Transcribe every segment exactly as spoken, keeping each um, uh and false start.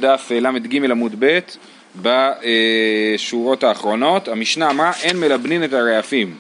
בדף למד ג' עמוד ב' בשורות האחרונות. המשנה אמרה אין מלבנין את הרעפים,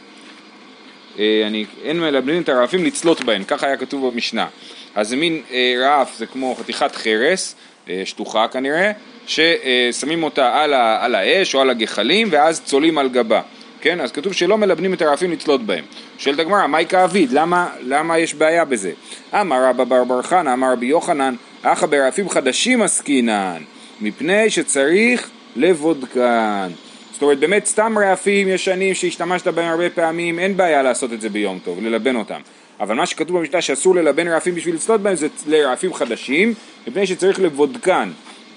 אני, אין מלבנין את הרעפים לצלות בהן, ככה היה כתוב במשנה. אז זה מין רעף, זה כמו חתיכת חרס, שטוחה כנראה, ששמים אותה על, ה, על האש או על הגחלים ואז צולים על גבה. כן? אז כתוב שלא מלבנים את הרעפים לצלות בהם. שואלת הגמרא, מהי כאביד? למה, למה יש בעיה בזה? אמר רבא בר בר חנא, אמר רבי יוחנן, אחא ברעפים חדשים עסקינן, מפני שצריך לבודקן. זאת אומרת, באמת סתם רעפים ישנים שהשתמשת בהם הרבה פעמים, אין בעיה לעשות את זה ביום טוב, ללבן אותם. אבל מה שכתוב במשנה שאסור ללבן רעפים בשביל לצלות בהם זה לרעפים חדשים, מפני שצריך לבודקן.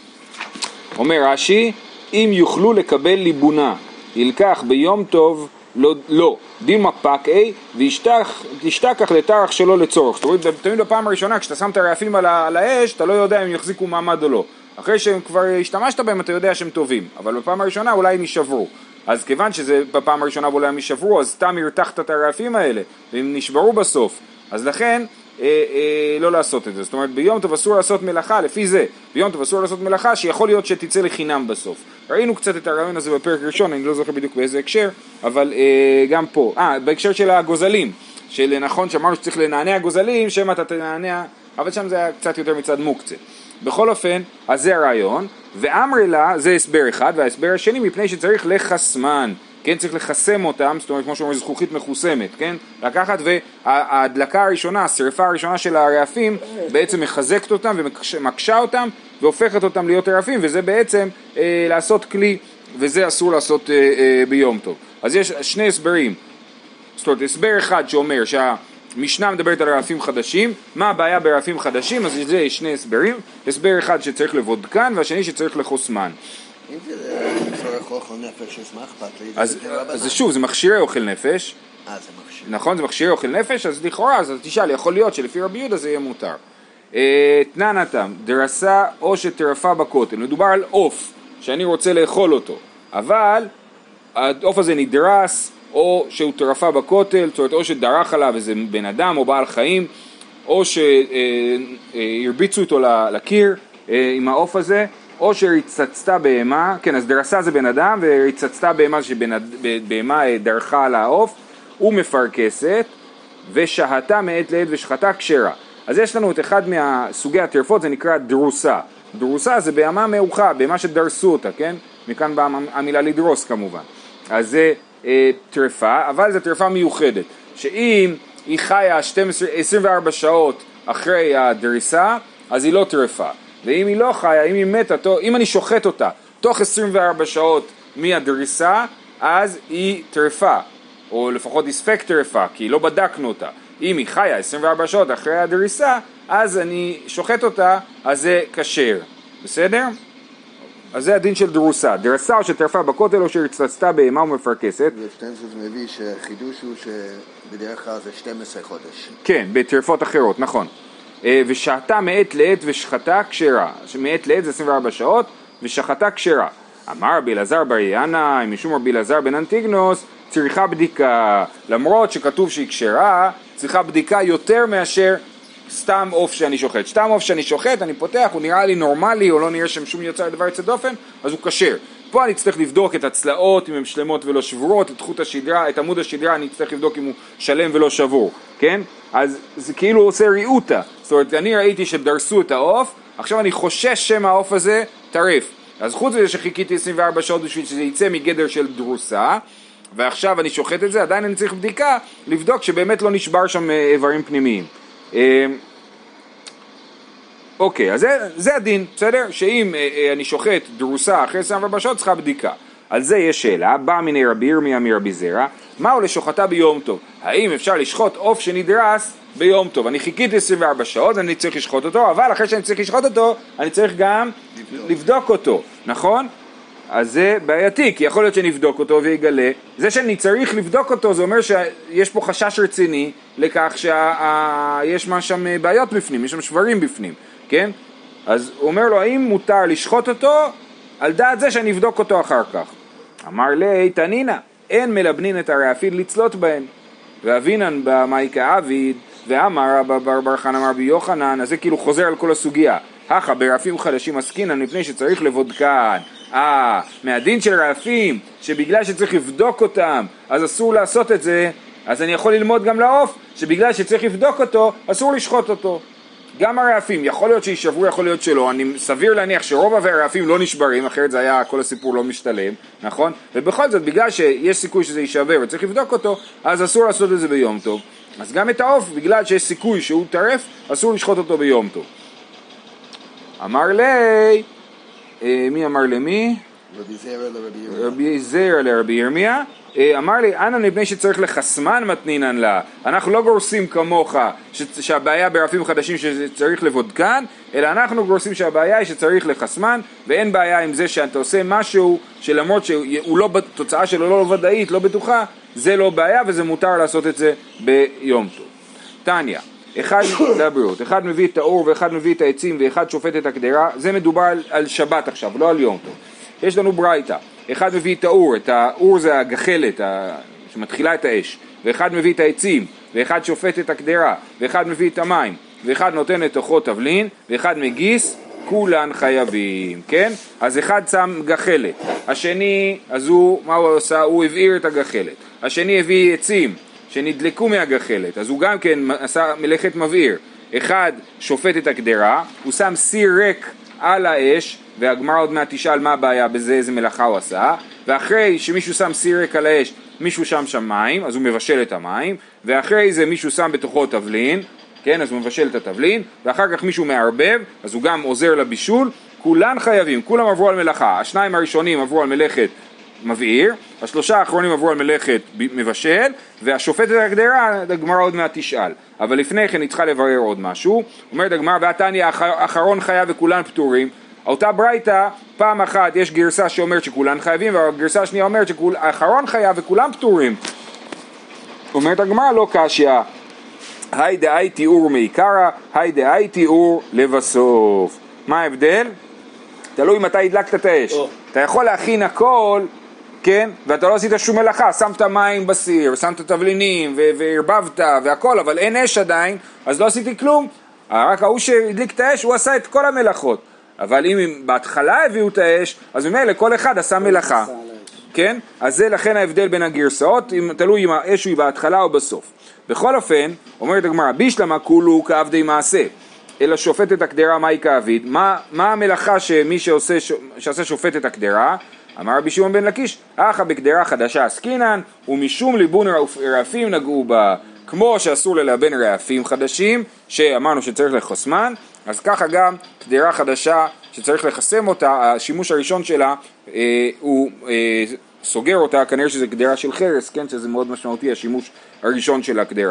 אומר רש"י, אם יוכלו לקבל ליבונה, ילקח ביום טוב, לא, לא. דימה פקעי, וישתכח לתרח שלו לצורך. זאת אומרת, תמיד בפעם הראשונה, כשאתה שם את הרעפים על, על האש, אתה לא יודע אם יחזיקו מעמד או לא. אחרי שהם כבר השתמשת בהם, אתה יודע שהם טובים. אבל בפעם הראשונה אולי הם יישברו. אז כיוון שזה בפעם הראשונה אולי הם יישברו, אז סתם הרתחת את הרעפים האלה, והם נשברו בסוף. אז לכן, אה, אה, לא לעשות את זה. זאת אומרת, ביום טוב אסור לעשות מלאכה, לפי זה, ביום טוב אסור לעשות מלאכה, שיכול להיות שתצא לחינם בסוף. ראינו קצת את הרעיון הזה בפרק ראשון, אני לא זוכר בדיוק באיזה הקשר, אבל אה, גם פה. אה, בהקשר של הגוזלים, של נכון שאמרנו שצריך לנענע גוזלים, שמה אתה תנענע, אבל שם זה היה קצת יותר מצד מוקצה. בכל אופן, אז זה הרעיון, ואמרי לה, זה הסבר אחד, וההסבר השני, מפני שצריך לחסמן, כן, צריך לחסם אותם, זאת אומרת, כמו שאומר, זכוכית מחוסמת, כן, לקחת, וההדלקה הראשונה, השריפה הראשונה של הרעפים, בעצם מחזקת אותם ומקשה אותם, והופכת אותם להיות רעפים, וזה בעצם אה, לעשות כלי, וזה אסור לעשות אה, אה, ביום טוב. אז יש שני הסברים, זאת אומרת, הסבר אחד שאומר שה... משנה מדברת על רעפים חדשים, מה הבעיה ברעפים חדשים? אז זה יש שני הסברים, הסבר אחד שצריך לבודקן והשני שצריך לחוסמן. אם זה צורך אוכל נפש, אז מה אכפת לי? אז זה שוב, זה מכשירי אוכל נפש. אה, זה מכשיר. נכון, זה מכשירי אוכל נפש, אז לכאורה, אז תשאל, יכול להיות שלפי רבי יהודה זה יהיה מותר. תננתם, דרסה או שטרפה בכותל, מדובר על עוף, שאני רוצה לאכול אותו, אבל העוף הזה נדרס, או שהוא טרפה בכותל, זאת אומרת, או שדרך עליו איזה בן אדם או בעל חיים, או שהרביצו אותו לקיר עם העוף הזה, או שהרצצתה בהמה, כן, אז דרסה זה בן אדם, והרצצתה בהמה שבהמה דרכה על העוף, ומפרקסת, ושהתה מעת לעת ושחתה כשרה. אז יש לנו את אחד מהסוגי הטרפות, זה נקרא דרוסה. דרוסה זה בהמה מאוחה, בהמה שדרסו אותה, כן? מכאן באה המילה לדרוס כמובן. אז זה טרפה, אבל זו טרפה מיוחדת, שאם היא חיה עשרים וארבע שעות אחרי הדריסה, אז היא לא טרפה, ואם היא לא חיה, אם היא מתה, אם אני שוחט אותה תוך עשרים וארבע שעות מהדריסה, אז היא טרפה, או לפחות היא ספק טרפה, כי לא בדקנו אותה. אם היא חיה עשרים וארבע שעות אחרי הדריסה, אז אני שוחט אותה, אז זה כשר, בסדר? אז זה הדין של דרוסה, דרסה או שטרפה בכותל או שהרצצתה בהמה ומפרקסת. ושתיים עשרה מביא שחידוש הוא שבדרך כלל זה שנים עשר חודש. כן, בטרפות אחרות, נכון. ושהתה מעת לעת ושחתה כשרה, מעת לעת זה עשרים וארבע שעות, ושחתה כשרה. אמר רבי אלעזר בר ינאי, משום רבי אלעזר בן אנטיגנוס, צריכה בדיקה, למרות שכתוב שהיא כשרה, צריכה בדיקה יותר מאשר סתם עוף שאני שוחט. סתם עוף שאני שוחט, אני פותח, הוא נראה לי נורמלי, או לא נראה שם שום יצא לדבר יצא דופן, אז הוא כשר. פה אני צריך לבדוק את הצלעות, אם הן שלמות ולא שבורות, את חוט השדרה, את עמוד השדרה, אני צריך לבדוק אם הוא שלם ולא שבור, כן? אז זה כאילו עושה ריאותה. זאת אומרת, אני ראיתי שדרסו את העוף, עכשיו אני חושש שם העוף הזה טרף. אז חוץ מזה שחיכיתי עשרים וארבע שעות בשביל שזה יצא מגדר של דרוסה, ועכשיו אני שוחט את זה, עדיין אני צריך בדיקה, לבדוק שבאמת לא נשבר שם איברים פנימיים. אוקיי, אז זה, זה הדין, בסדר? שאם אה, אני שוחט דרוסה אחרי עשרים וארבע שעות, צריכה בדיקה. על זה יש שאלה, בא מיני רבי ירמיה מרבי זרע, מהו לשוחטה ביום טוב? האם אפשר לשחוט עוף שנדרס ביום טוב? אני חיכיתי עשרים וארבע שעות, אני צריך לשחוט אותו, אבל אחרי שאני צריך לשחוט אותו, אני צריך גם לבדוק, לבדוק אותו, נכון? אז זה בעייתי, כי יכול להיות שנבדוק אותו ויגלה. זה שאני צריך לבדוק אותו, זה אומר שיש פה חשש רציני לכך שיש שם בעיות בפנים, יש שם שברים בפנים. כן? אז הוא אומר לו, האם מותר לשחוט אותו על דעת זה שאני אבדוק אותו אחר כך? אמר לי, תנינה, אין מלבנין את הרעפים לצלות בהן. ואבינן במאי כאביד, ואמר רבא בר בר חנא אמר בי יוחנן, אז זה כאילו חוזר על כל הסוגיה. הכה ברעפים חדשים עסקינן מפני שצריך לבודקן. אה, מהדין של רעפים, שבגלל שצריך לבדוק אותם, אז אסור לעשות את זה, אז אני יכול ללמוד גם לעוף, שבגלל שצריך לבדוק אותו, אסור לשחוט אותו. גם הרעפים, יכול להיות שישברו, יכול להיות שלא, אני סביר להניח שרוב הרעפים לא נשברים, אחרת זה היה, כל הסיפור לא משתלם, נכון? ובכל זאת, בגלל שיש סיכוי שזה יישבר וצריך לבדוק אותו, אז אסור לעשות את זה ביום טוב. אז גם את העוף, בגלל שיש סיכוי שהוא טרף, אסור לשחוט אותו ביום טוב. אמר לי, אה, מי אמר למי? רבי זרע לרבי ירמיה. רבי זרע לרבי ירמיה. אמר לי, אנא מפני שצריך לחסמן מתנינן לה. אנחנו לא גורסים כמוך ש- שהבעיה ברעפים חדשים שצריך לבודקן, אלא אנחנו גורסים שהבעיה היא שצריך לחסמן, ואין בעיה עם זה שאתה עושה משהו שלמרות שהוא לא, תוצאה שלו לא ודאית, לא בטוחה, זה לא בעיה וזה מותר לעשות את זה ביום טוב. תניא, אחד לבריאות, אחד מביא את האור ואחד מביא את העצים ואחד שופט את הקדרה, זה מדובר על, על שבת עכשיו, לא על יום טוב. יש לנו ברייתא, אחד מביא את האור, את האור זה הגחלת שמתחילה את האש, ואחד מביא את העצים, ואחד שופט את הקדרה, ואחד מביא את המים, ואחד נותן לתוכו תבלין, ואחד מגיס, כולן חייבים, כן? אז אחד שם גחלת, השני, אז הוא, מה הוא עושה? הוא הבעיר את הגחלת, השני הביא עצים שנדלקו מהגחלת, אז הוא גם כן עשה מלאכת מבעיר, אחד שופט את הקדרה, הוא שם סיר ריק על האש, והגמרא עוד מעט תשאל מה הבעיה בזה, איזה מלאכה הוא עשה, ואחרי שמישהו שם סיר ריק על האש, מישהו שם שם מים, אז הוא מבשל את המים, ואחרי זה מישהו שם בתוכו תבלין, כן, אז הוא מבשל את התבלין, ואחר כך מישהו מערבב, אז הוא גם עוזר לבישול, כולן חייבים, כולם עברו על מלאכה, השניים הראשונים עברו על מלאכת מבעיר, השלושה האחרונים עברו על מלאכת מבשל, והשופטת הקדרה, הגמרא עוד מעט תשאל, אבל לפני כן היא צריכה לברר עוד משהו, אומרת הגמרא, והתניא האחרון חייב וכולן פטורים, אותה ברייתא, פעם אחת יש גרסה שאומרת שכולן חייבים, והגרסה השנייה אומרת שהאחרון חייב וכולם פטורים. אומרת הגמרא לא קשיא, היי דאי תיאור מעיקרא, היי דאי תיאור לבסוף. מה ההבדל? תלוי מתי הדלקת את האש. Oh. אתה יכול להכין הכל, כן? ואתה לא עשית שום מלאכה, שמת מים בסיר, שמת תבלינים והרבבת והכל, אבל אין אש עדיין, אז לא עשיתי כלום. רק ההוא שהדליק את האש, הוא עשה את כל המלאכות. אבל אם בהתחלה הביאו את האש, אז ממילא כל אחד עשה מלאכה. כן? אז זה לכן ההבדל בין הגרסאות, תלוי אם האש הוא בהתחלה או בסוף. בכל אופן, אומרת הגמרא, בישלמה כולו כעבדי מעשה, אלא שופט את הקדרה מהי כעביד. מה, מה המלאכה שמי שעושה, שעשה שופט את הקדרה? אמר רבי שמעון בן לקיש, אחא בקדרה חדשה עסקינן, ומשום ליבון רעפים נגעו בה. כמו שאסור ללבן רעפים חדשים, שאמרנו שצריך לחסמן, אז ככה גם קדרה חדשה שצריך לחסם אותה, השימוש הראשון שלה אה, הוא אה, סוגר אותה, כנראה שזה קדרה של חרס, כן, שזה מאוד משמעותי השימוש הראשון של הקדרה.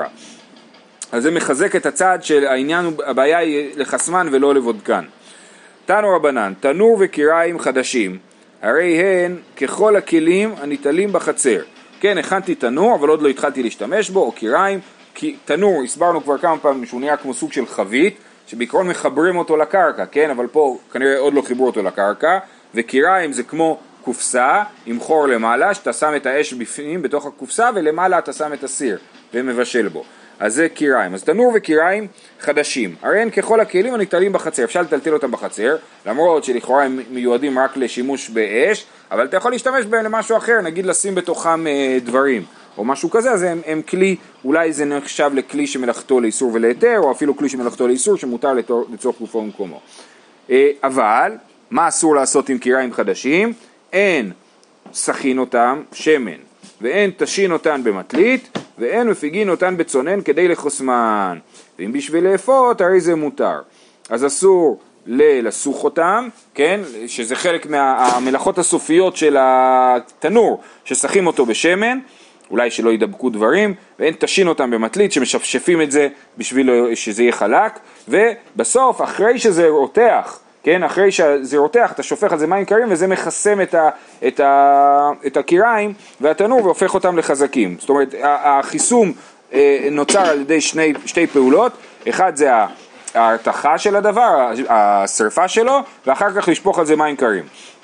אז זה מחזק את הצד של העניין, הבעיה היא לחסמן ולא לבודקן. תנו רבנן, תנור וקיריים חדשים, הרי הן ככל הכלים הניטלים בחצר. כן, הכנתי תנור, אבל עוד לא התחלתי להשתמש בו, או קיריים, כי תנור, הסברנו כבר כמה פעמים שהוא נהיה כמו סוג של חבית, שבעיקרון מחברים אותו לקרקע, כן, אבל פה כנראה עוד לא חיברו אותו לקרקע, וקיריים זה כמו קופסה עם חור למעלה, שאתה שם את האש בפנים בתוך הקופסה, ולמעלה אתה שם את הסיר ומבשל בו. אז זה קיריים. אז תנור וקיריים חדשים. הרי הם ככל הכלים הניטלים בחצר. אפשר לטלטל אותם בחצר, למרות שלכאורה הם מיועדים רק לשימוש באש, אבל אתה יכול להשתמש בהם למשהו אחר, נגיד לשים בתוכם אה, דברים, או משהו כזה, אז הם, הם כלי, אולי זה נחשב לכלי שמלאכתו לאיסור ולהיתר, או אפילו כלי שמלאכתו לאיסור שמותר לצורך גופו ומקומו. אה, אבל, מה אסור לעשות עם קיריים חדשים? אין סכין אותם שמן, ואין תשין אותן במטלית, ואין מפיגין אותן בצונן כדי לחוסמן. ואם בשביל לאפות, הרי זה מותר. אז אסור לסוך אותם, כן? שזה חלק מהמלאכות הסופיות של התנור, ששכים אותו בשמן, אולי שלא ידבקו דברים, ואין תשין אותם במטלית, שמשפשפים את זה בשביל שזה יהיה חלק, ובסוף, אחרי שזה רותח, כן, אחרי שזה רותח, אתה שופך על זה מים קרים, וזה מחסם את, ה, את, ה, את הקיריים והתנור והופך אותם לחזקים. זאת אומרת, החיסום אה, נוצר על ידי שני, שתי פעולות, אחד זה ההרתחה של הדבר, השרפה שלו, ואחר כך לשפוך על זה מים קרים.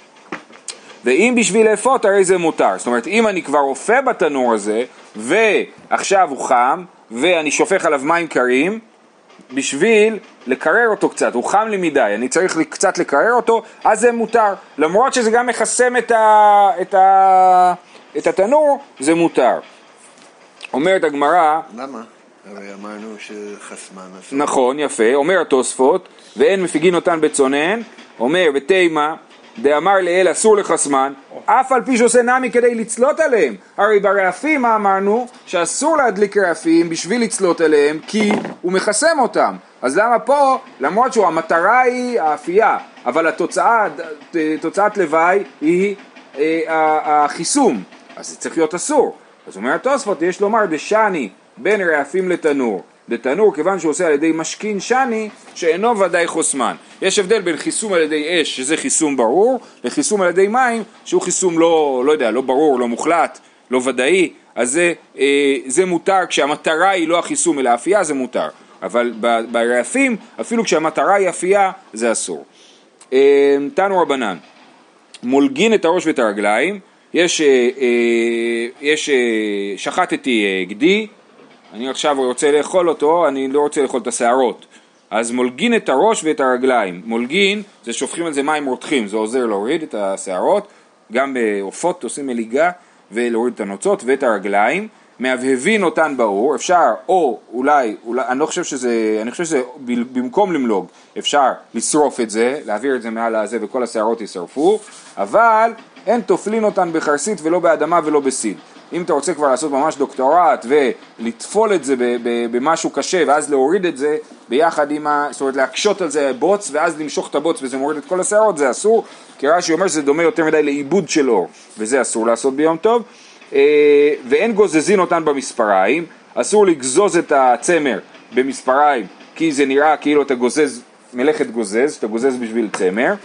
ואם בשביל לאפות, הרי זה מותר. זאת אומרת, אם אני כבר אופה בתנור הזה, ועכשיו הוא חם, ואני שופך עליו מים קרים, בשביל לקרר אותו קצת, הוא חם לי מדי, אני צריך קצת לקרר אותו, אז זה מותר. למרות שזה גם מחסם את, ה, את, ה, את התנור, זה מותר. אומרת הגמרא... למה? הרי אמרנו שחסמן... נכון, יפה. אומר התוספות, ואין מפיגין אותן בצונן, אומר בתימה, דאמר לאל אסור לחסמן, אף על פי שעושה נמי כדי לצלות עליהם. הרי ברעפים מה אמרנו? שאסור להדליק רעפים בשביל לצלות עליהם, כי הוא מחסם אותם. אז למה פה, למרות שהמטרה היא האפייה, אבל התוצאה, תוצאת לוואי היא אה, החיסום, אז זה צריך להיות אסור. אז אומר התוספות, יש לומר דשני בין רעפים לתנור. בתנור, כיוון שהוא עושה על ידי משכין שני, שאינו ודאי חוסמן. יש הבדל בין חיסום על ידי אש, שזה חיסום ברור, לחיסום על ידי מים, שהוא חיסום לא, לא יודע, לא ברור, לא מוחלט, לא ודאי. אז זה, אה, זה מותר, כשהמטרה היא לא החיסום אלא האפייה, זה מותר. אבל ברעפים, אפילו כשהמטרה היא אפייה, זה אסור. אה, תנו רבנן, מולגין את הראש ואת הרגליים, יש, אה, אה, יש אה, שחטתי אה, גדי, אני עכשיו רוצה לאכול אותו, אני לא רוצה לאכול את השערות. אז מולגין את הראש ואת הרגליים. מולגין, זה שופכים על זה מים רותחים, זה עוזר להוריד את השערות, גם בעופות עושים מליגה, ולהוריד את הנוצות ואת הרגליים. מהבהבין אותן באור, אפשר, או אולי, אולי אני לא חושב שזה, אני חושב שזה במקום למלוג, אפשר לשרוף את זה, להעביר את זה מעל הזה וכל השערות ישרפו, אבל אין תופלין אותן בחרסית ולא באדמה ולא בסיד. אם אתה רוצה כבר לעשות ממש דוקטורט ולטפול את זה במשהו קשה ואז להוריד את זה ביחד עם ה... זאת אומרת להקשות על זה בוץ ואז למשוך את הבוץ וזה מוריד את כל השערות, זה אסור, כי רש"י אומר שזה דומה יותר מדי לאיבוד של אור, וזה אסור לעשות ביום טוב. ואין גוזזין אותן במספריים, אסור לגזוז את הצמר במספריים, כי זה נראה כאילו אתה גוזז, מלאכת גוזז, אתה גוזז בשביל צמר,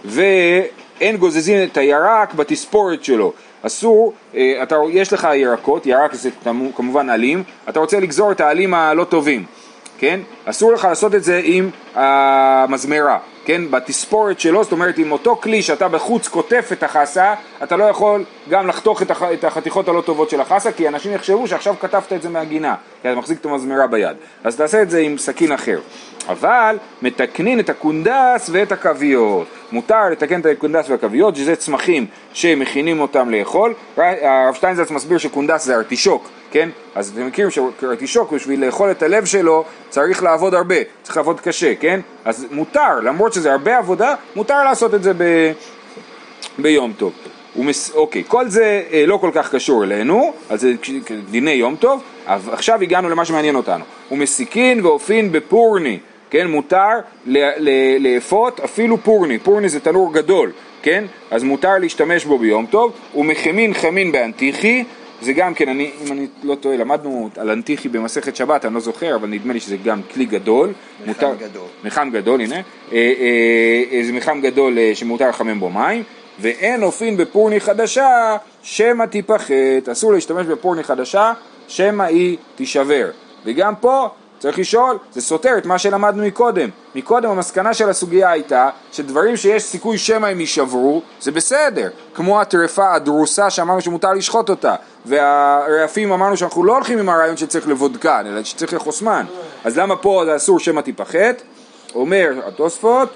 ואין גוזזין את הירק בתספורת שלו. אסור, אתה, יש לך ירקות, ירק זה כמובן עלים, אתה רוצה לגזור את העלים הלא טובים, כן? אסור לך לעשות את זה עם המזמרה, כן? בתספורת שלו, זאת אומרת עם אותו כלי שאתה בחוץ כותף את החסה, אתה לא יכול גם לחתוך את, הח, את החתיכות הלא טובות של החסה, כי אנשים יחשבו שעכשיו כתבת את זה מהגינה, כי אתה מחזיק את המזמרה ביד. אז תעשה את זה עם סכין אחר. אבל מתקנין את הקונדס ואת הקוויות. מותר לתקן את הקונדס והקוויות, שזה צמחים שמכינים אותם לאכול. הרב שטיינזלץ מסביר שקונדס זה ארטישוק, כן? אז אתם מכירים שארטישוק בשביל לאכול את הלב שלו צריך לעבוד הרבה, צריך לעבוד קשה, כן? אז מותר, למרות שזה הרבה עבודה, מותר לעשות את זה ב... ביום טוב. ומס... אוקיי, כל זה אה, לא כל כך קשור אלינו, אז זה דיני יום טוב, אבל עכשיו הגענו למה שמעניין אותנו. הוא מסיקין ואופין בפורני, כן? מותר לאפות אפילו פורני, פורני זה תנור גדול, כן? אז מותר להשתמש בו ביום טוב, ומחמין חמין באנטיחי, זה גם כן, אני, אם אני לא טועה, למדנו על אנטיחי במסכת שבת, אני לא זוכר, אבל נדמה לי שזה גם כלי גדול. מחם מותר, גדול. מחם גדול, הנה. אה, אה, זה מחם גדול אה, שמותר לחמם בו מים, ואין אופין בפורני חדשה, שמא תיפחת. אסור להשתמש בפורני חדשה, שמא היא תישבר. וגם פה צריך לשאול, זה סותר את מה שלמדנו מקודם. מקודם המסקנה של הסוגיה הייתה שדברים שיש סיכוי שמא הם יישברו, זה בסדר. כמו הטרפה הדרוסה שאמרנו שמותר לשחוט אותה, והרעפים אמרנו שאנחנו לא הולכים עם הרעיון שצריך לבודקן, אלא שצריך לחוסמן. אז למה פה זה אסור שמא תיפחת? אומר התוספות,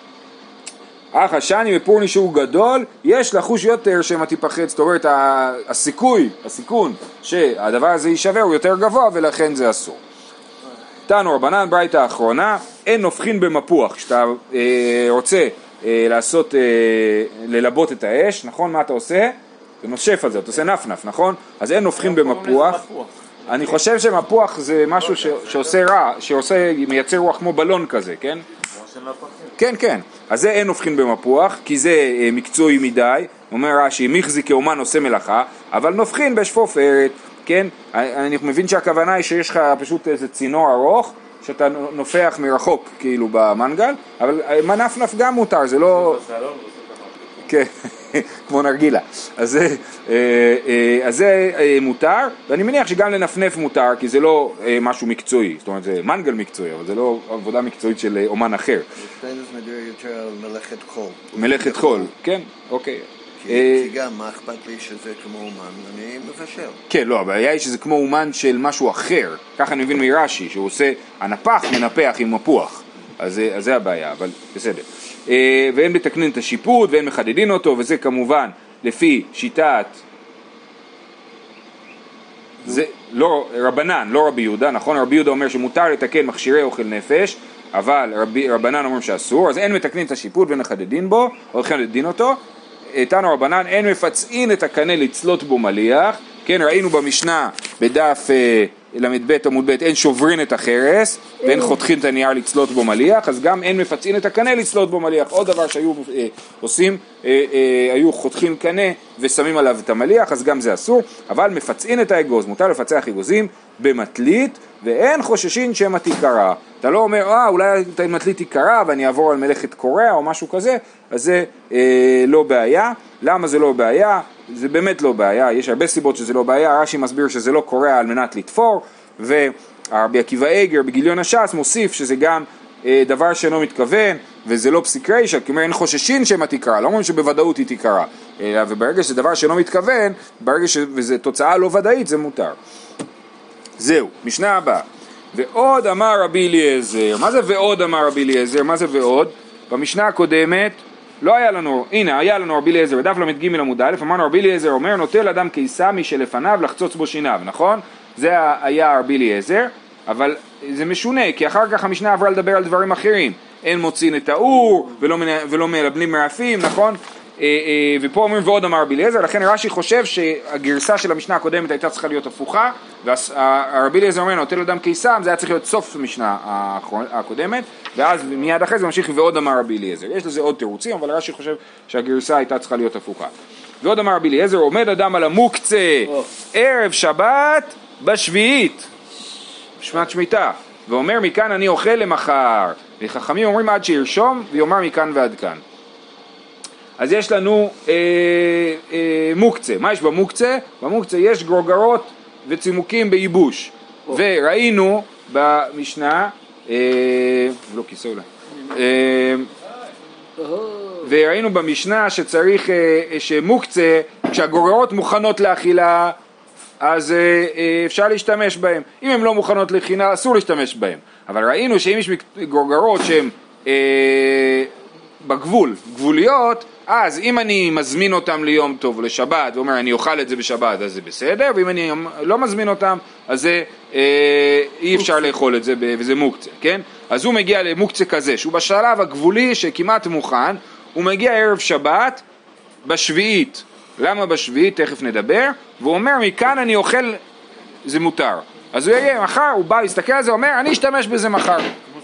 אך השני בפורני שהוא גדול, יש לחוש יותר שמא תיפחת, זאת אומרת הסיכוי, הסיכון שהדבר הזה יישבר הוא יותר גבוה ולכן זה אסור. תנו רבנן, ברייתא האחרונה, אין נופחין במפוח. כשאתה אה, רוצה אה, לעשות, אה, ללבות את האש, נכון? מה אתה עושה? אתה נושף על זה, אתה עושה נפנף, נכון? אז אין נופחין במפוח. אני חושב שמפוח זה משהו ש, שעושה רע, שעושה, מייצר רוח כמו בלון כזה, כן? כן, כן. אז זה אין נופחין במפוח, כי זה אה, מקצועי מדי. אומר רש"י, מחזי כאומן עושה מלאכה, אבל נופחין בשפופרת. כן, אני מבין שהכוונה היא שיש לך פשוט איזה צינור ארוך שאתה נופח מרחוק כאילו במנגל, אבל מנפנף גם מותר, זה לא... כן, כמו נרגילה. אז זה, אז זה מותר, ואני מניח שגם לנפנף מותר, כי זה לא משהו מקצועי, זאת אומרת זה מנגל מקצועי, אבל זה לא עבודה מקצועית של אומן אחר. זה מדבר יותר על מלאכת חול. מלאכת חול, כן, אוקיי. כי גם מה אכפת לי שזה כמו אומן, אני מבשל. כן, לא, הבעיה היא שזה כמו אומן של משהו אחר. ככה אני מבין מרש"י, שהוא עושה הנפח מנפח עם מפוח. אז זה הבעיה, אבל בסדר. ואין מתקנים את השיפוט ואין מחדדין אותו, וזה כמובן לפי שיטת זה לא רבנן, לא רבי יהודה, נכון? רבי יהודה אומר שמותר לתקן מכשירי אוכל נפש, אבל רבי, רבנן אומר שאסור, אז אין מתקנים את השיפוט ואין מחדדין בו, או מחדדין אותו. תנו רבנן, אין מפצעין את הקנה לצלות בו מליח, כן, ראינו במשנה בדף למד ב' עמוד ב', אין שוברין את החרס, ואין חותכין את הנייר לצלות בו מליח, אז גם אין מפצעין את הקנה לצלות בו מליח. עוד דבר שהיו אה, עושים, אה, אה, היו חותכים קנה ושמים עליו את המליח, אז גם זה אסור, אבל מפצעין את האגוז, מותר לפצח אגוזים במטלית, ואין חוששין שמא תיקרע. אתה לא אומר, אה, אולי מטלית תיקרע ואני אעבור על מלאכת קורע או משהו כזה, אז זה אה, לא בעיה. למה זה לא בעיה? זה באמת לא בעיה, יש הרבה סיבות שזה לא בעיה. רש"י מסביר שזה לא קורע על מנת לתפור, ורבי עקיבא איגר בגיליון הש"ס מוסיף שזה גם אה, דבר שאינו מתכוון, וזה לא פסיק רישא, כי אומר אין חוששין שמא תיקרע, לא אומרים שבוודאות היא תיקרע, אלא וברגע שזה דבר שאינו מתכוון, ברגע שזה תוצאה לא ודאית, זה מותר. זהו, משנה הבאה. ועוד אמר רבי אליעזר. מה זה ועוד אמר רבי אליעזר? מה זה ועוד? במשנה הקודמת לא היה לנו, הנה היה לנו רבי אליעזר, בדף למד ג' עמוד א', אמרנו רבי אליעזר אומר נוטל אדם קיסה משלפניו לחצוץ בו שיניו, נכון? זה היה רבי אליעזר, אבל זה משונה, כי אחר כך המשנה עברה לדבר על דברים אחרים. אין מוצאים את האור, ולא, ולא מלבנים מרעפים, נכון? ופה אומרים ועוד אמר רבי אליעזר, לכן רש"י חושב שהגרסה של המשנה הקודמת הייתה צריכה להיות הפוכה, והרבי אליעזר אומר נוטל אדם קיסם, זה היה צריך להיות סוף המשנה הקודמת, ואז מיד אחרי זה ממשיך ועוד אמר רבי אליעזר. יש לזה עוד תירוצים, אבל רש"י חושב שהגרסה הייתה צריכה להיות הפוכה. ועוד אמר רבי אליעזר, עומד אדם על המוקצה ערב שבת בשביעית, בשמת שמיטה, ואומר מכאן אני אוכל למחר, וחכמים אומרים עד שירשום ויאמר מכאן ועד כאן. אז יש לנו אה, אה, מוקצה. מה יש במוקצה? במוקצה יש גרוגרות וצימוקים בייבוש. Oh. וראינו במשנה, אה, לא כיסא אולי, אה, oh. וראינו במשנה שצריך, אה, שמוקצה, כשהגרוגרות מוכנות לאכילה, אז אה, אה, אפשר להשתמש בהם. אם הן לא מוכנות לאכילה, אסור להשתמש בהם. אבל ראינו שאם יש גרוגרות שהן אה, בגבול, גבוליות, אז אם אני מזמין אותם ליום טוב לשבת, ואומר אני אוכל את זה בשבת, אז זה בסדר, ואם אני לא מזמין אותם, אז זה, אה, אי אפשר לאכול את זה, וזה מוקצה, כן? אז הוא מגיע למוקצה כזה, שהוא בשלב הגבולי שכמעט מוכן, הוא מגיע ערב שבת בשביעית. למה בשביעית? תכף נדבר. והוא אומר מכאן אני אוכל, זה מותר. אז הוא יהיה מחר, הוא בא להסתכל על זה, הוא אומר אני אשתמש בזה מחר.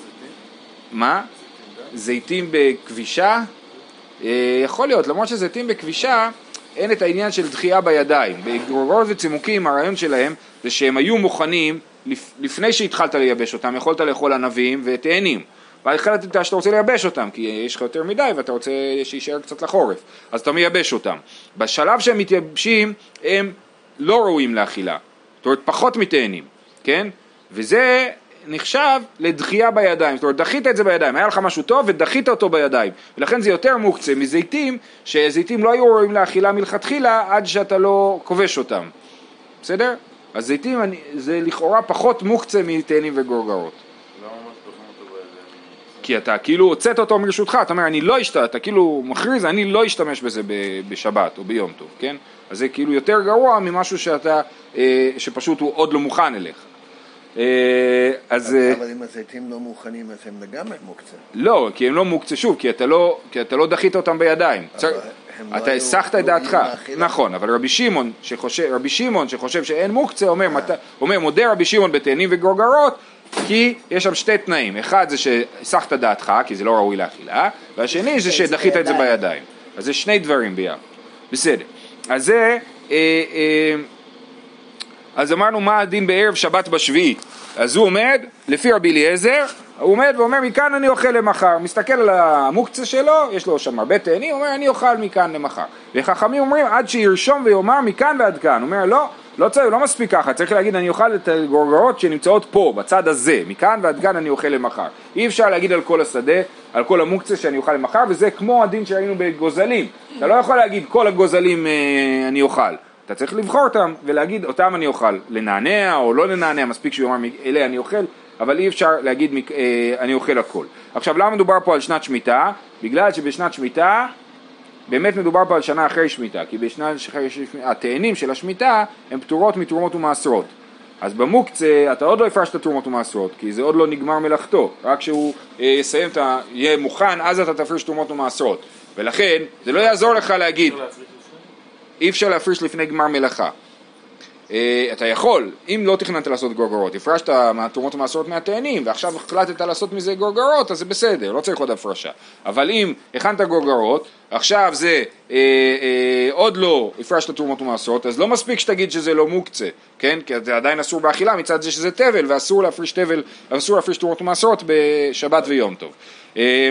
מה? זיתים בכבישה? יכול להיות, למרות שזיתים בכבישה אין את העניין של דחייה בידיים. בגרוגרות וצימוקים הרעיון שלהם זה שהם היו מוכנים לפני שהתחלת לייבש אותם, יכולת לאכול ענבים ותאנים, ואז החלטת שאתה רוצה לייבש אותם כי יש לך יותר מדי ואתה רוצה שישאר קצת לחורף, אז אתה מייבש אותם. בשלב שהם מתייבשים הם לא ראויים לאכילה, זאת אומרת פחות מתאנים, כן? וזה נחשב לדחייה בידיים, זאת אומרת דחית את זה בידיים, היה לך משהו טוב ודחית אותו בידיים, ולכן זה יותר מוקצה מזיתים, שזיתים לא היו רואים לאכילה מלכתחילה עד שאתה לא כובש אותם, בסדר? אז זיתים זה לכאורה פחות מוקצה מתאנים וגרוגרות. למה משפחים אותו בידיים? כי אתה כאילו הוצאת אותו מרשותך, אתה אומר אני לא אשתמש, אתה כאילו מכריז אני לא אשתמש בזה בשבת או ביום טוב, כן? אז זה כאילו יותר גרוע ממשהו שאתה, שפשוט הוא עוד לא מוכן אליך. אז אבל אם הזיתים לא מוכנים אז הם לגמרי מוקצה. לא, כי הם לא מוקצה שוב, כי אתה לא, כי אתה לא דחית אותם בידיים. אתה הסחת את דעתך. נכון, אבל רבי שמעון שחושב, רבי שמעון שחושב שאין מוקצה אומר, אומר מודה רבי שמעון בתאנים וגרוגרות, כי יש שם שתי תנאים. אחד זה שהסחת דעתך, כי זה לא ראוי לאכילה, והשני זה שדחית את זה בידיים. אז זה שני דברים ביחד. בסדר. אז זה אז אמרנו מה הדין בערב שבת בשביעית. אז הוא עומד, לפי רבי אליעזר, הוא עומד ואומר מכאן אני אוכל למחר. מסתכל על המוקצה שלו, יש לו שם הרבה תאנים, הוא אומר אני אוכל מכאן למחר. וחכמים אומרים עד שירשום ויאמר מכאן ועד כאן. הוא אומר לא, לא צריך, לא מספיק ככה, צריך להגיד אני אוכל את הגרוגרות שנמצאות פה, בצד הזה, מכאן ועד כאן אני אוכל למחר. אי אפשר להגיד על כל השדה, על כל המוקצה שאני אוכל למחר, וזה כמו הדין שראינו בגוזלים. אתה לא יכול להגיד כל הגוזלים אה, אני אוכל. אתה צריך לבחור אותם ולהגיד אותם אני אוכל. לנענע או לא לנענע, מספיק שהוא אמר אלה אני אוכל, אבל אי אפשר להגיד אה, אני אוכל הכל. עכשיו למה מדובר פה על שנת שמיטה? בגלל שבשנת שמיטה באמת מדובר פה על שנה אחרי שמיטה, כי בשנת אחרי שמיטה, התאנים של השמיטה הם פטורות מתרומות ומעשרות. אז במוקצה אתה עוד לא הפרשת תרומות ומעשרות, כי זה עוד לא נגמר מלאכתו, רק כשהוא אה, יסיים, אתה יהיה מוכן, אז אתה תפריש תרומות ומעשרות. ולכן זה לא יעזור לך להגיד, אי אפשר להפריש לפני גמר מלאכה. אה, אתה יכול, אם לא תכננת לעשות גורגרות, הפרשת מהתרומות ומעשרות מהתאנים, ועכשיו החלטת לעשות מזה גורגרות, אז זה בסדר, לא צריך עוד הפרשה. אבל אם הכנת גורגרות, עכשיו זה אה, אה, עוד לא הפרשת תרומות ומעשרות, אז לא מספיק שתגיד שזה לא מוקצה, כן? כי זה עדיין אסור באכילה מצד זה שזה תבל, ואסור להפריש תבל, אסור להפריש תרומות ומעשרות בשבת ויום טוב. אה,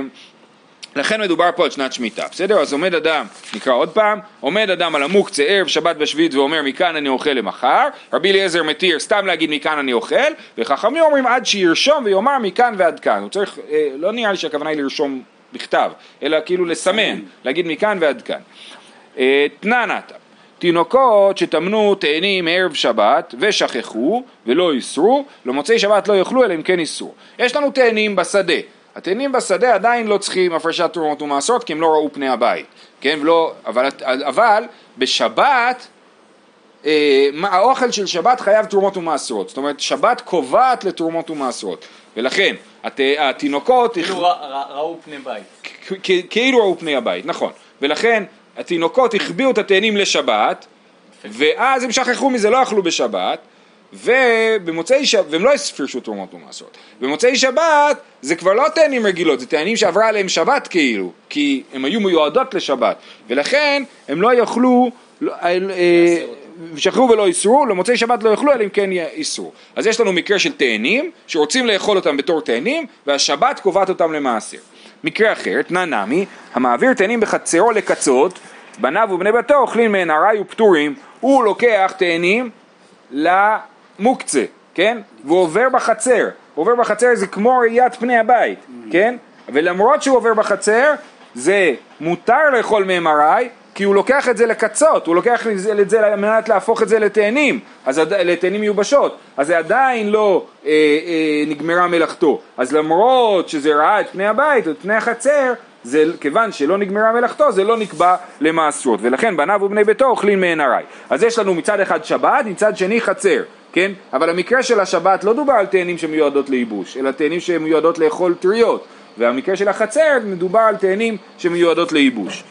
לכן מדובר פה על שנת שמיטה, בסדר? אז עומד אדם, נקרא עוד פעם, עומד אדם על המוקצה ערב שבת בשביעית ואומר מכאן אני אוכל למחר, רבי אליעזר מתיר סתם להגיד מכאן אני אוכל, וחכמים אומרים עד שירשום ויאמר מכאן ועד כאן. הוא צריך, אה, לא נראה לי שהכוונה היא לרשום בכתב, אלא כאילו לסמן, להגיד מכאן ועד כאן. אה, תננת, תינוקות שתמנו תאנים מערב שבת ושכחו ולא יסרו, למוצאי שבת לא יאכלו אלא אם כן יסרו. יש לנו תאנים בשדה. התאנים בשדה עדיין לא צריכים הפרשת תרומות ומעשרות כי הם לא ראו פני הבית, כן? ולא, אבל, אבל בשבת אה, האוכל של שבת חייב תרומות ומעשרות, זאת אומרת שבת קובעת לתרומות ומעשרות, ולכן הת, התינוקות כאילו הכ... רא, ראו פני בית, כ- כאילו ראו פני הבית, נכון, ולכן התינוקות החביאו את התאנים לשבת ואז הם שכחו מזה, לא אכלו בשבת, ובמוצאי שבת, והם לא הפרישו תרומות ומעשרות. במוצאי שבת זה כבר לא תאנים רגילות, זה תאנים שעברה עליהם שבת כאילו, כי הם היו מיועדות לשבת, ולכן הם לא יאכלו, לא, אה, שכחו ולא יסרו, למוצאי שבת לא יאכלו, אלא אם כן יסרו. אז יש לנו מקרה של תאנים, שרוצים לאכול אותם בתור תאנים, והשבת קובעת אותם למעשר. מקרה אחר, תננמי, המעביר תאנים בחצרו לקצות, בניו ובני ביתו אוכלים מהן ארעי ופטורים, הוא לוקח תאנים למוקצה, כן? והוא עובר בחצר, הוא עובר בחצר זה כמו ראיית פני הבית, כן? ולמרות שהוא עובר בחצר, זה מותר לאכול מהם ארעי, כי הוא לוקח את זה לקצות, הוא לוקח את זה על מנת להפוך את זה לתאנים, אז לתאנים מיובשות, אז זה עדיין לא אה, אה, נגמרה מלאכתו, אז למרות שזה ראה את פני הבית, את פני החצר, זה, כיוון שלא נגמרה מלאכתו, זה לא נקבע למעשרות, ולכן בניו ובני ביתו אוכלים מהן ארעי. אז יש לנו מצד אחד שבת, מצד שני חצר, כן? אבל המקרה של השבת לא דובר על תאנים שמיועדות לייבוש, אלא תאנים שמיועדות לאכול טריות, והמקרה של החצר מדובר על תאנים שמיועדות לייבוש.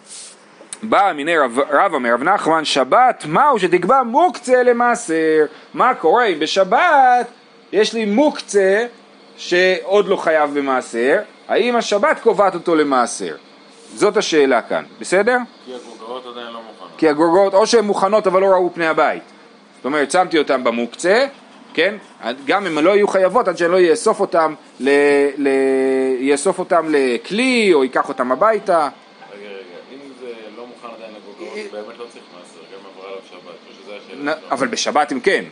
בא מיני רב, רב אמר רב נחמן, שבת מהו שתקבע מוקצה למעשר? מה קורה אם בשבת יש לי מוקצה שעוד לא חייב במעשר, האם השבת קובעת אותו למעשר? זאת השאלה כאן, בסדר? כי הגורגרות עדיין לא מוכנות. כי הגורגרות או שהן מוכנות אבל לא ראו פני הבית, זאת אומרת שמתי אותם במוקצה, כן? גם אם לא יהיו חייבות עד שלא יאסוף אותם ל... ל... יאסוף אותם לכלי או ייקח אותם הביתה. רגע רגע, אם זה לא מוכן עדיין לגורגרות זה באמת לא צריך מעשר, גם עברה עליו שבת, או שזה השאלה. אבל בשבת אם כן.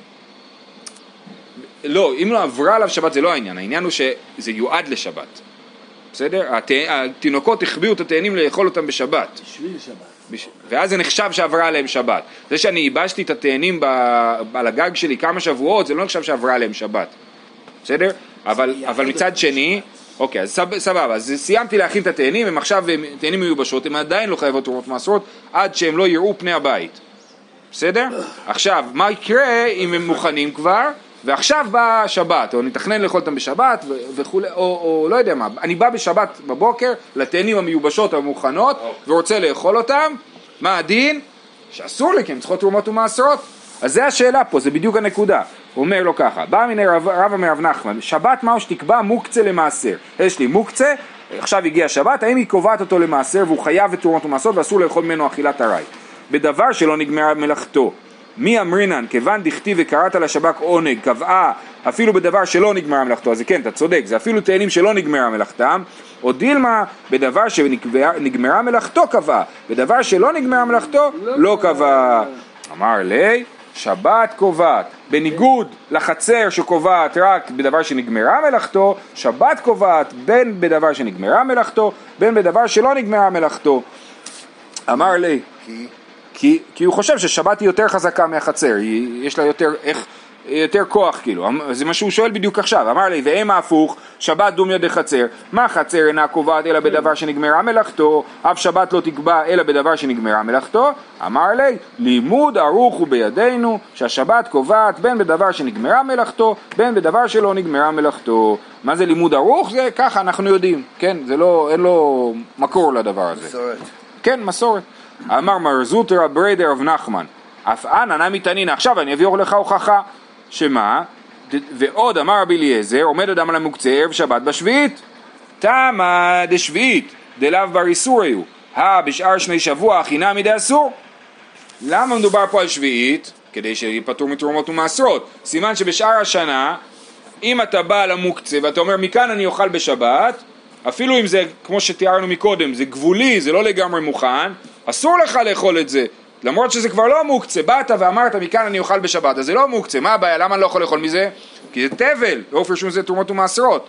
לא, אם לא עברה עליו שבת זה לא העניין, העניין הוא שזה יועד לשבת. בסדר? התינוקות החביאו את התאנים לאכול אותם בשבת. בשביל שבת. בש... ואז זה נחשב שעברה עליהם שבת. זה שאני ייבשתי את התאנים ב... על הגג שלי כמה שבועות, זה לא נחשב שעברה עליהם שבת. בסדר? אבל, אבל מצד שני, אוקיי, אז סב... סבבה, אז סיימתי להכין את התאנים, הם עכשיו תאנים מיובשות, הם עדיין לא חייבות תרומות מעשרות, עד שהם לא יראו פני הבית. בסדר? עכשיו, מה יקרה אם הם מוכנים כבר? ועכשיו בא שבת, או נתכנן לאכול אותם בשבת וכו', או, או לא יודע מה, אני בא בשבת בבוקר לתאנים המיובשות המוכנות ורוצה לאכול אותם, מה הדין? שאסור לי, כי הם צריכות תרומות ומעשרות. אז זה השאלה פה, זה בדיוק הנקודה. הוא אומר לו ככה, בא מיני רב, רב מרב נחמן, שבת מהו שתקבע מוקצה למעשר. יש לי מוקצה, עכשיו הגיע שבת, האם היא קובעת אותו למעשר והוא חייב את תרומות ומעשרות ואסור לאכול ממנו אכילת ארעי. בדבר שלא נגמרה מלאכתו. מי אמרינן, כיוון דכתיב וקראת לשבק עונג, קבעה אפילו בדבר שלא נגמרה מלאכתו, אז כן, אתה צודק, זה אפילו תאנים שלא נגמרה מלאכתם, או דילמה, בדבר שנגמרה מלאכתו קבעה, בדבר שלא נגמרה מלאכתו לא קבעה. אמר לי, שבת קובעת, בניגוד לחצר שקובעת רק בדבר שנגמרה מלאכתו, שבת קובעת בין בדבר שנגמרה מלאכתו, בין בדבר שלא נגמרה מלאכתו. אמר לי, כי? כי, כי הוא חושב ששבת היא יותר חזקה מהחצר, היא, יש לה יותר, איך, יותר כוח כאילו, זה מה שהוא שואל בדיוק עכשיו, אמר לי, ואם ההפוך, שבת דומיה דחצר, מה חצר אינה קובעת אלא בדבר שנגמרה מלאכתו, אף שבת לא תקבע אלא בדבר שנגמרה מלאכתו, אמר לי, לימוד ערוך הוא בידינו, שהשבת קובעת בין בדבר שנגמרה מלאכתו, בין בדבר שלא נגמרה מלאכתו. מה זה לימוד ערוך? זה ככה אנחנו יודעים, כן, זה לא, אין לו מקור לדבר הזה. מסורת. כן, מסורת. אמר מר זוטרא בריידר רב נחמן, אף אנא נמי תנינא, עכשיו אני אביא לך הוכחה, שמה? ועוד אמר רבי אליעזר, עומד אדם על המוקצה ערב שבת בשביעית, תמה דשביעית, דלאו בר איסורי הוא, הא בשאר שני שבוע חינמי דאסור. למה מדובר פה על שביעית? כדי שיפטור מתרומות ומעשרות. סימן שבשאר השנה, אם אתה בא על המוקצה ואתה אומר מכאן אני אוכל בשבת, אפילו אם זה, כמו שתיארנו מקודם, זה גבולי, זה לא לגמרי מוכן, אסור לך לאכול את זה. למרות שזה כבר לא מוקצה, באת ואמרת מכאן אני אוכל בשבת, אז זה לא מוקצה, מה הבעיה? למה אני לא יכול לאכול מזה? כי זה תבל, לא פרשום זה תרומות ומעשרות.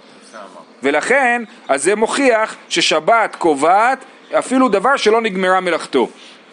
ולכן, אז זה מוכיח ששבת קובעת אפילו דבר שלא נגמרה מלאכתו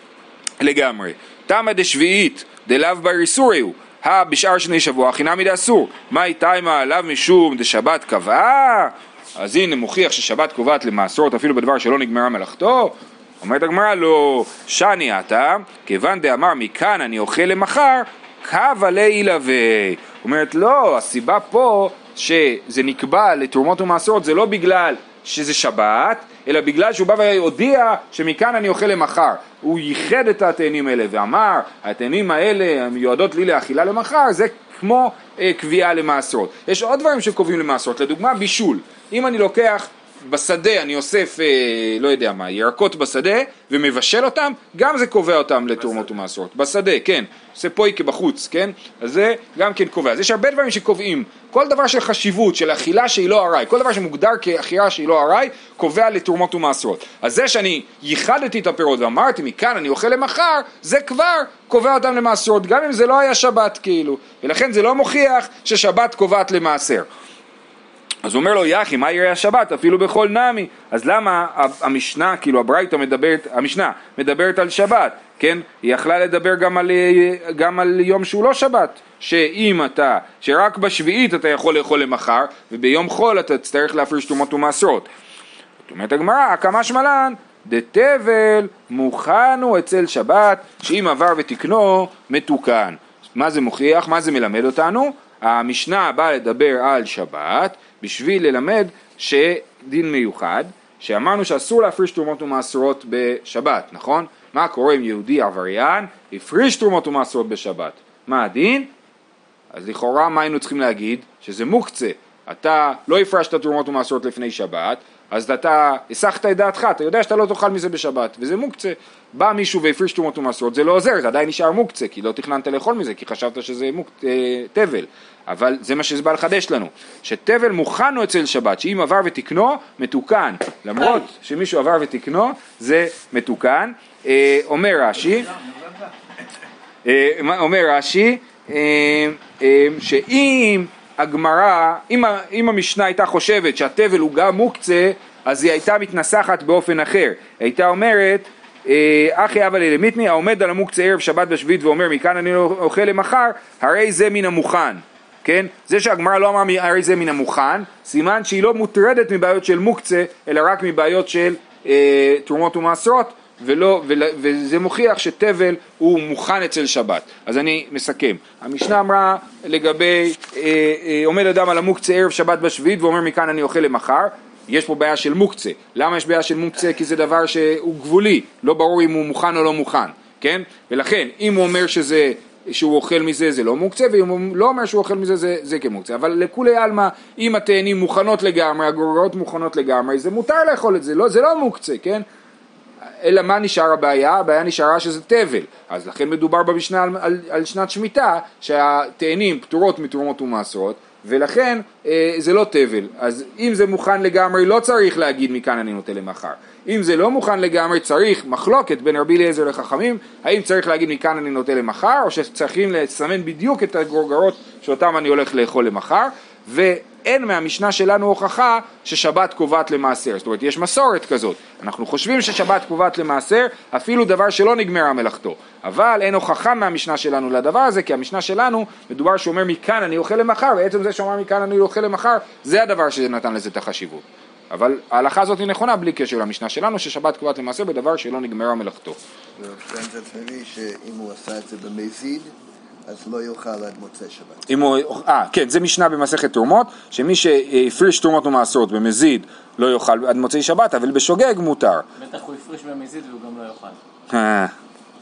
לגמרי. תמה דשביעית דלאו בר איסורי הוא, הא בשאר שני שבוע חינמי דאסור. מה איתה עם עליו משום דשבת קבעה? אז הנה מוכיח ששבת קובעת למעשרות אפילו בדבר שלא נגמרה מלאכתו. אומרת הגמרא לו, שני אתה, כיוון דאמר מכאן אני אוכל למחר, קו עלי ילווה. אומרת לא, הסיבה פה שזה נקבע לתרומות ומעשרות זה לא בגלל שזה שבת, אלא בגלל שהוא בא והודיע שמכאן אני אוכל למחר. הוא ייחד את התאנים האלה ואמר, התאנים האלה המיועדות לי לאכילה למחר, זה כמו אה, קביעה למעשרות. יש עוד דברים שקובעים למעשרות, לדוגמה בישול. אם אני לוקח בשדה, אני אוסף, אה, לא יודע מה, ירקות בשדה ומבשל אותם, גם זה קובע אותם לתרומות ומעשרות. בשדה, כן. עושה פויקה בחוץ, כן? אז זה גם כן קובע. אז יש הרבה דברים שקובעים. כל דבר של חשיבות, של אכילה שהיא לא ארעי, כל דבר שמוגדר כאכילה שהיא לא ארעי, קובע לתרומות ומעשרות. אז זה שאני ייחדתי את הפירות ואמרתי, מכאן אני אוכל למחר, זה כבר קובע אותם למעשרות, גם אם זה לא היה שבת כאילו. ולכן זה לא מוכיח ששבת קובעת למעשר. אז הוא אומר לו, יחי, מה יראה השבת? אפילו בכל נמי. אז למה המשנה, כאילו הברייתא מדברת, המשנה מדברת על שבת, כן? היא יכלה לדבר גם על, גם על יום שהוא לא שבת. שאם אתה, שרק בשביעית אתה יכול לאכול למחר, וביום חול אתה תצטרך להפריש תרומות ומעשרות. זאת אומרת הגמרא, הקמה שמלן, דתבל מוכנו אצל שבת, שאם עבר ותקנו מתוקן. מה זה מוכיח? מה זה מלמד אותנו? המשנה באה לדבר על שבת, בשביל ללמד שדין מיוחד, שאמרנו שאסור להפריש תרומות ומעשרות בשבת, נכון? מה קורה אם יהודי עבריין הפריש תרומות ומעשרות בשבת? מה הדין? אז לכאורה מה היינו צריכים להגיד? שזה מוקצה. אתה לא הפרשת תרומות ומעשרות לפני שבת, אז אתה הסחת את דעתך, אתה יודע שאתה לא תאכל מזה בשבת, וזה מוקצה. בא מישהו והפריש תרומות ומעשרות, זה לא עוזר, זה עדיין נשאר מוקצה, כי לא תכננת לאכול מזה, כי חשבת שזה מוק... תבל. אבל זה מה שזה בא לחדש לנו, שתבל מוכנו אצל שבת, שאם עבר ותקנו, מתוקן. למרות שמישהו עבר ותקנו, זה מתוקן. אומר רש"י, אומר רש"י, שאם הגמרא, אם, אם המשנה הייתה חושבת שהתבל הוא גם מוקצה, אז היא הייתה מתנסחת באופן אחר. הייתה אומרת, אחי אבא ללמיתני, העומד על המוקצה ערב שבת בשביעית ואומר מכאן אני לא אוכל למחר, הרי זה מן המוכן. כן? זה שהגמרא לא אמר הרי זה מן המוכן, סימן שהיא לא מוטרדת מבעיות של מוקצה, אלא רק מבעיות של אה, תרומות ומעשרות, ולא, ול, וזה מוכיח שתבל הוא מוכן אצל שבת. אז אני מסכם. המשנה אמרה לגבי, אה, אה, עומד אדם על המוקצה ערב שבת בשביעית ואומר מכאן אני אוכל למחר, יש פה בעיה של מוקצה. למה יש בעיה של מוקצה? כי זה דבר שהוא גבולי, לא ברור אם הוא מוכן או לא מוכן, כן? ולכן, אם הוא אומר שזה, שהוא אוכל מזה זה לא מוקצה, ואם הוא לא אומר שהוא אוכל מזה זה, זה כמוקצה. אבל לכולי עלמא, אם התאנים מוכנות לגמרי, הגוררות מוכנות לגמרי, זה מותר לאכול את זה, לא, זה לא מוקצה, כן? אלא מה נשאר הבעיה? הבעיה נשארה שזה תבל. אז לכן מדובר במשנה על, על, על שנת שמיטה, שהתאנים פטורות מתרומות ומעשרות, ולכן אה, זה לא תבל. אז אם זה מוכן לגמרי, לא צריך להגיד מכאן אני נוטה למחר. אם זה לא מוכן לגמרי, צריך מחלוקת בין רבי אליעזר לחכמים, האם צריך להגיד מכאן אני נוטה למחר, או שצריכים לסמן בדיוק את הגורגרות שאותם אני הולך לאכול למחר, ו... אין מהמשנה שלנו הוכחה ששבת קובעת למעשר. זאת אומרת, יש מסורת כזאת. אנחנו חושבים ששבת קובעת למעשר, אפילו דבר שלא נגמרה מלאכתו. אבל אין הוכחה מהמשנה שלנו לדבר הזה, כי המשנה שלנו מדובר שאומר מכאן אני אוכל למחר, ועצם זה שאומר מכאן אני אוכל למחר, זה הדבר שנתן לזה את החשיבות. אבל ההלכה הזאת היא נכונה בלי קשר למשנה שלנו, ששבת קובעת למעשר בדבר שלא נגמרה מלאכתו. וכן זה תמיד שאם הוא עשה את זה במזיד, אז לא יאכל עד מוצאי שבת. אם הוא, אה, כן, זה משנה במסכת תרומות, שמי שהפריש תרומות ומעשרות במזיד לא יאכל עד מוצאי שבת, אבל בשוגג מותר. בטח הוא הפריש במזיד והוא גם לא יאכל. אה.